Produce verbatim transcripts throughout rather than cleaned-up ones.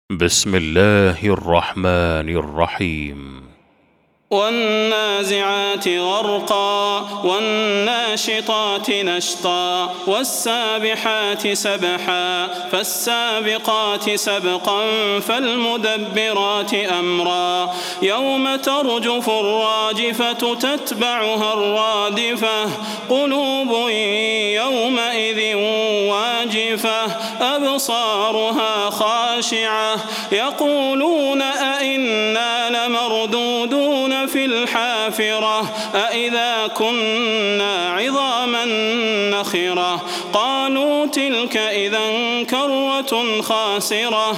بسم الله الرحمن الرحيم والنازعات غرقا والناشطات نشطا والسابحات سبحا فالسابقات سبقا فالمدبرات أمرا يوم ترجف الراجفة تتبعها الرادفة قلوب يومئذ واجفة أبصارها خاشعة يقولون أئنا لمردودون في الحافرة أئذا كنا عظاما نخرة قالوا تلك إذا كرة خاسرة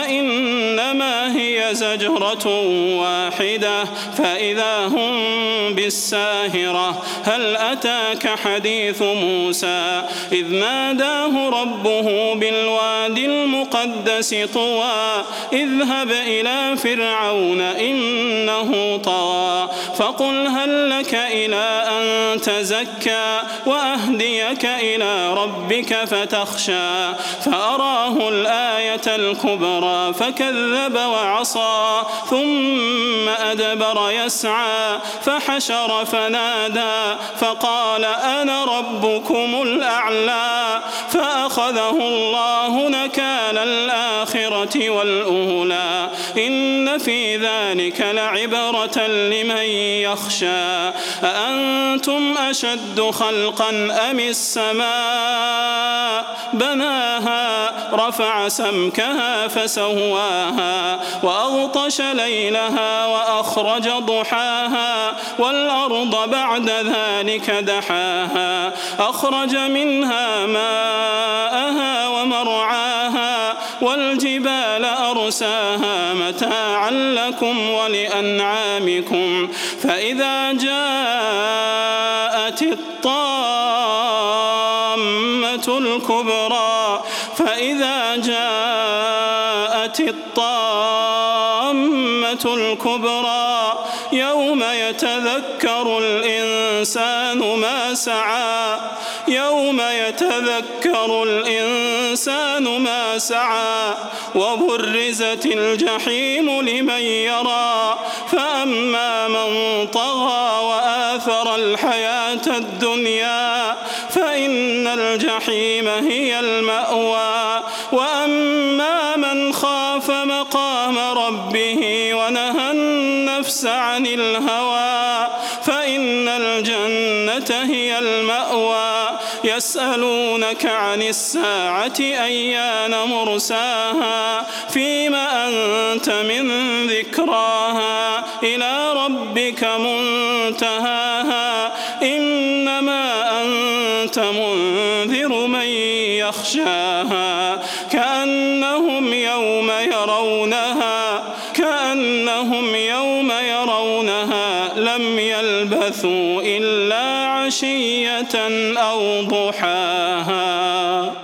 فإنما هي زجرة واحدة فإذا هم بالساهرة هل أتاك حديث موسى إذ ناداه ربه بالوادي المقدس طوى اذهب إلى فرعون إنه طغى فقل هل لك إلى أن تزكى وأهديك إلى ربك فتخشى فأراه الآية الكبرى فكذب وعصى ثم أدبر يسعى فحشر فنادى فقال أنا ربكم الأعلى فأخذه الله نكال الآخرة والأولى إن في ذلك لعبرة لمن يخشى أأنتم أشد خلقا أم السماء بناها رفع سمكها فسواها وأغطش ليلها وأخرج ضحاها والأرض بعد ذلك دحاها أخرج منها ماءها ومرعاها والجبال أرساها متاعا لكم ولأنعامكم فإذا جاءت الطامة الكبرى فإذا جاءت الطامة الكبرى يوم يتذكر الإنسان ما سعى يوم يتذكر الإنسان ما سعى وبرزت الجحيم لمن يرى فأما من طغى وآثر الحياة الدنيا فإن الجحيم هي المأوى وأما من خاف مقام ربه ونهى النفس عن الهوى فإن الجنة هي المأوى يسألونك عن الساعة أيان مرساها فيم أنت من ذكراها إلى ربك منتهاها إنما أنت منذر من يخشاها كأنهم يوم يرونها كأنهم يوم يرونها لم يلبثوا إلا عشية أو ضحاها.